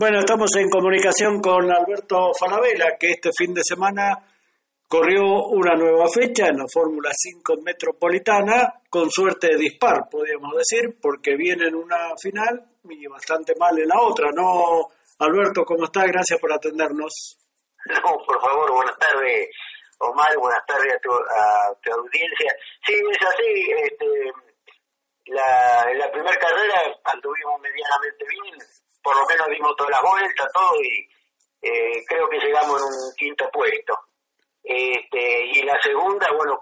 Bueno, estamos en comunicación con Alberto Falabella, que este fin de semana corrió una nueva fecha en la Fórmula 5 Metropolitana, con suerte de dispar, podríamos decir, porque viene en una final y bastante mal en la otra, ¿no? Alberto, ¿cómo estás? Gracias por atendernos. No, por favor, buenas tardes, Omar, buenas tardes a tu audiencia. Sí, es así, en la primera carrera anduvimos medianamente bien, por lo menos dimos todas las vueltas, todo, y creo que llegamos en un quinto puesto. Y la segunda, bueno,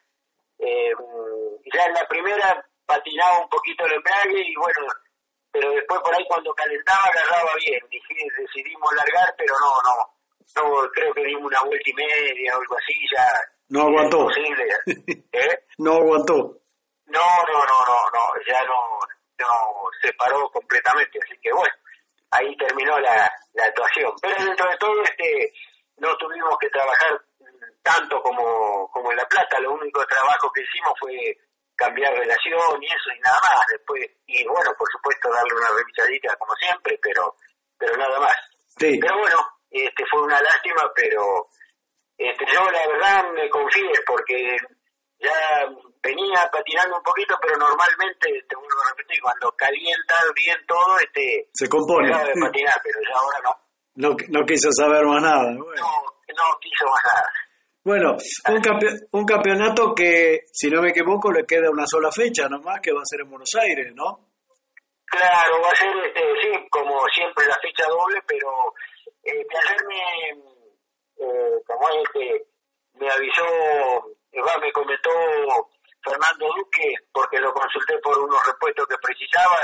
ya en la primera patinaba un poquito el embrague y bueno, pero después por ahí cuando calentaba agarraba bien, decidimos largar, pero no, creo que dimos una vuelta y media o algo así, ya no aguantó. Imposible. No aguantó. No, ya no se paró completamente, así que bueno, ahí terminó la actuación. Pero dentro de todo, no tuvimos que trabajar tanto como en La Plata, lo único trabajo que hicimos fue cambiar relación y eso y nada más, después, y bueno, por supuesto darle una revisadita como siempre, pero nada más. Sí. Pero bueno, fue una lástima, pero yo la verdad me confié porque ya venía patinando un poquito, pero normalmente, te vuelvo a repetir, cuando calienta bien todo, se compone. de patinar, pero ya ahora no. No quiso saber más nada. Bueno. No quiso más nada. Bueno, un campeonato que, si no me equivoco, le queda una sola fecha nomás, que va a ser en Buenos Aires, ¿no? Claro, va a ser, sí, como siempre la fecha doble, pero ayer como me avisó, me comentó Fernando Duque, porque lo consulté por unos repuestos que precisaba,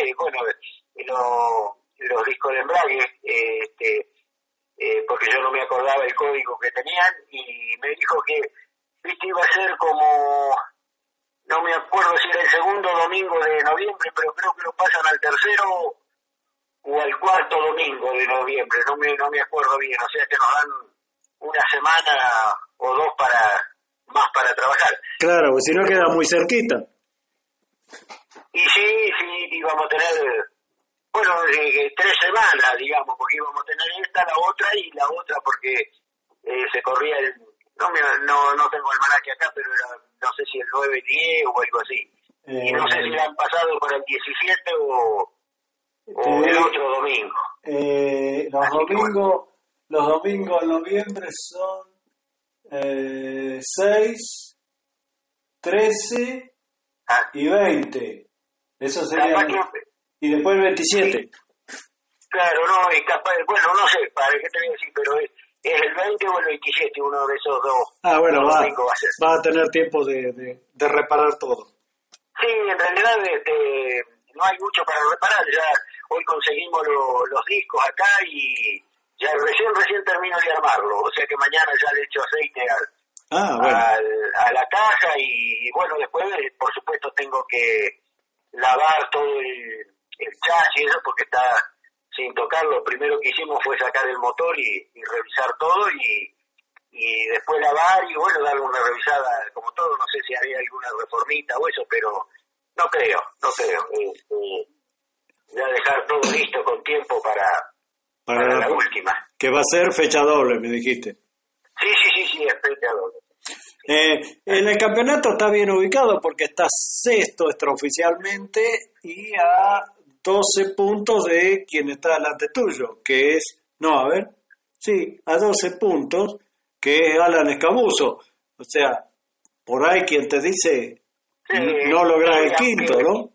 los discos de embrague, porque yo no me acordaba el código que tenían, y me dijo que iba a ser como, no me acuerdo si era el segundo domingo de noviembre, pero creo que lo pasan al tercero o al cuarto domingo de noviembre, no me acuerdo bien, o sea que nos dan una semana o dos más para trabajar. Claro, pues si no queda muy cerquita. Y sí, íbamos a tener, 3 semanas, digamos, porque íbamos a tener esta, la otra y la otra, porque se corría no tengo el almanaque acá, pero era, no sé si el 9-10 o algo así. Y no sé si la han pasado por el 17 o el otro domingo. Los domingos en noviembre son 6, 13 y 20. Eso sería. Y después el 27. Claro, no, es capaz, no sé, para qué te voy a decir, pero es el 20 o el 27, uno de esos dos. Bueno, va a tener tiempo de reparar todo. Sí, en realidad no hay mucho para reparar, ya hoy conseguimos los discos acá y ya recién termino de armarlo, o sea que mañana ya le echo aceite a la caja y bueno, después por supuesto tengo que lavar todo el chasis, eso porque está sin tocar. Lo primero que hicimos fue sacar el motor y revisar todo y después lavar y bueno, darle una revisada como todo, no sé si había alguna reformita o eso, pero no creo, ya dejar todo listo con tiempo para la última. Que va a ser fecha doble, me dijiste. Sí, es fecha doble. En el campeonato está bien ubicado porque está sexto extraoficialmente y a 12 puntos de quien está delante tuyo, que es, a 12 puntos, que es Alan Escabuso. O sea, por ahí quien te dice, no logras el quinto, ¿no?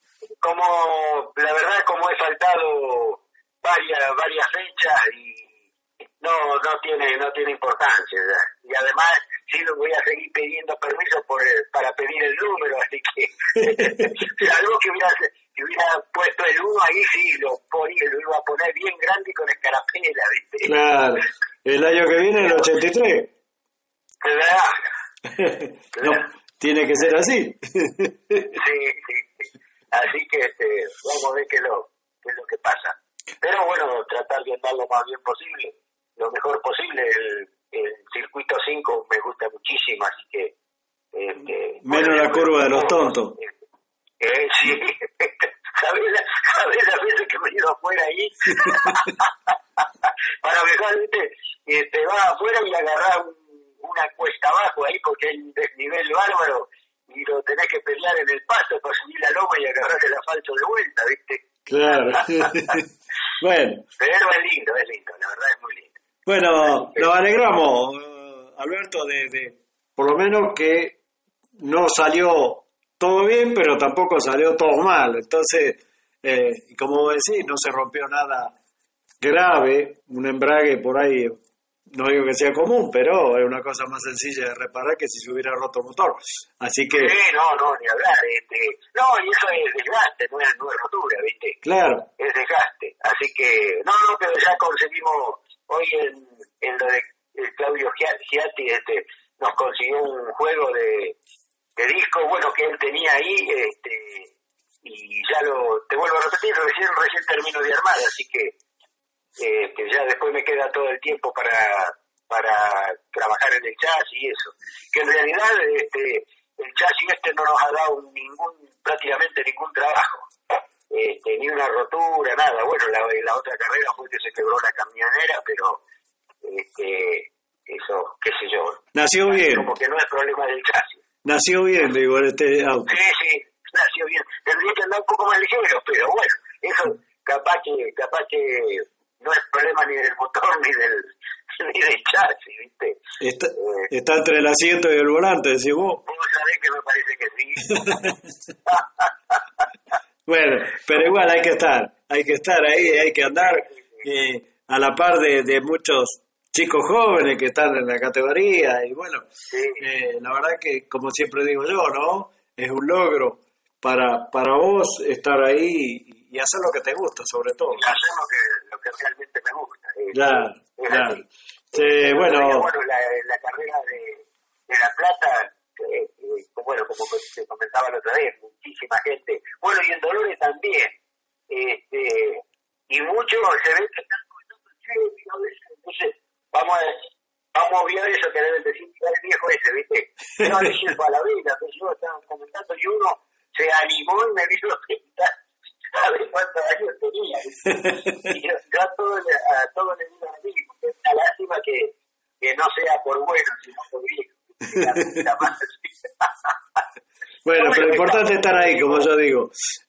La verdad, como he faltado varias fechas y no tiene importancia, ¿verdad? Y además sí lo voy a seguir pidiendo permiso para pedir el número, así que algo que hubiera puesto el 1 ahí, sí lo iba a poner bien grande y con escarapela, ¿viste? Claro, el año que viene el 83. ¿Verdad? No, tiene que ser así. Sí. Así que vamos a ver qué es lo que pasa. Pero bueno, tratar de andar lo más bien posible, lo mejor posible. El circuito 5 me gusta muchísimo, así que menos la curva de los tontos. Sí, ¿sabes las veces que me he ido afuera ahí? Claro. Bueno. Pero es lindo, la verdad es muy lindo. Bueno, nos alegramos, Alberto, de por lo menos que no salió todo bien, pero tampoco salió todo mal. Entonces, como vos decís, no se rompió nada grave, un embrague por ahí, no digo que sea común, pero es una cosa más sencilla de reparar que si se hubiera roto el motor. Así que... Sí, no, ni hablar. No, y eso es desgaste, no es rotura, ¿viste? Claro. Es desgaste. Así que, no, pero ya conseguimos, hoy en lo de Claudio Giatti, nos consiguió un juego de disco, bueno, que él tenía ahí, y ya te vuelvo a repetir, recién termino de armar, así que ya después me queda todo el tiempo para trabajar en el chasis y eso. Que en realidad el chasis no nos ha dado prácticamente ningún trabajo, ni una rotura, nada. Bueno, la otra carrera fue que se quebró la camionera, pero eso, qué sé yo. Nació bien. Como que no es problema del chasis. Nació bien, digo, este auto. Sí, nació bien. Tendría que andar un poco más ligero, pero bueno, eso capaz que no es problema ni del motor ni del chasis, ¿viste? Está entre el asiento y el volante, decís vos. Vos sabés que me parece que sí. Bueno, pero igual hay que estar ahí, hay que andar a la par de muchos chicos jóvenes que están en la categoría y bueno, sí. La verdad que como siempre digo yo, ¿no? Es un logro para vos estar ahí y hacer lo que te gusta, sobre todo. Y hacer lo que realmente me gusta. Claro. Sí, bueno, la carrera de La Plata, bueno, como te comentaba la otra vez, muchísima gente. Bueno, y en Dolores también. Y muchos se ve que están comentando, entonces vamos a obviar eso que deben decir el viejo ese, ¿viste? No le sirvo a la vida, que yo estaba comentando y uno se animó y me vino a preguntar, ¿sabes cuántos años tenía? Y yo a todo le digo a mí, porque es una lástima que no sea por bueno, sino por viejo. Bueno, pero lo importante es estar ahí, como yo digo.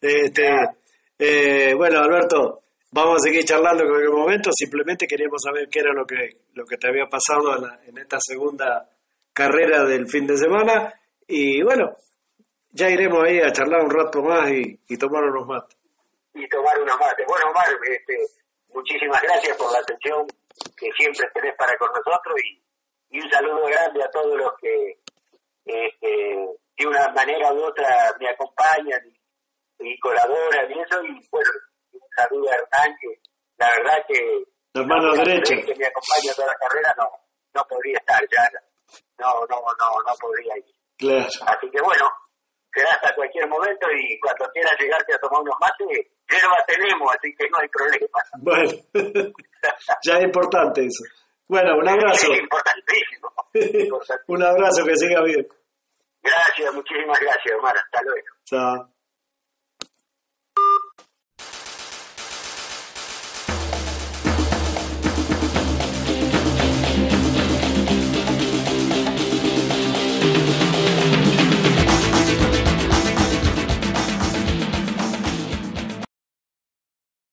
Bueno, Alberto, vamos a seguir charlando en cualquier momento. Simplemente queríamos saber qué era lo que te había pasado en esta segunda carrera del fin de semana. Y bueno, ya iremos ahí a charlar un rato más y tomar unos mates. Bueno, Omar, muchísimas gracias por la atención que siempre tenés para con nosotros y un saludo grande a todos los que de una manera u otra me acompañan y colaboran y eso, y bueno, un saludo a Hernán, que la verdad que la mano derecha que me acompaña toda la carrera no podría estar ya, no podría ir. Claro. Así que bueno, será hasta cualquier momento y cuando quieras llegarte a tomar unos mates, yerba tenemos, así que no hay problema. Bueno, ya es importante eso. Bueno, un abrazo. Es importantísimo. Un abrazo, que siga bien. Gracias, muchísimas gracias, Omar. Hasta luego. Chao.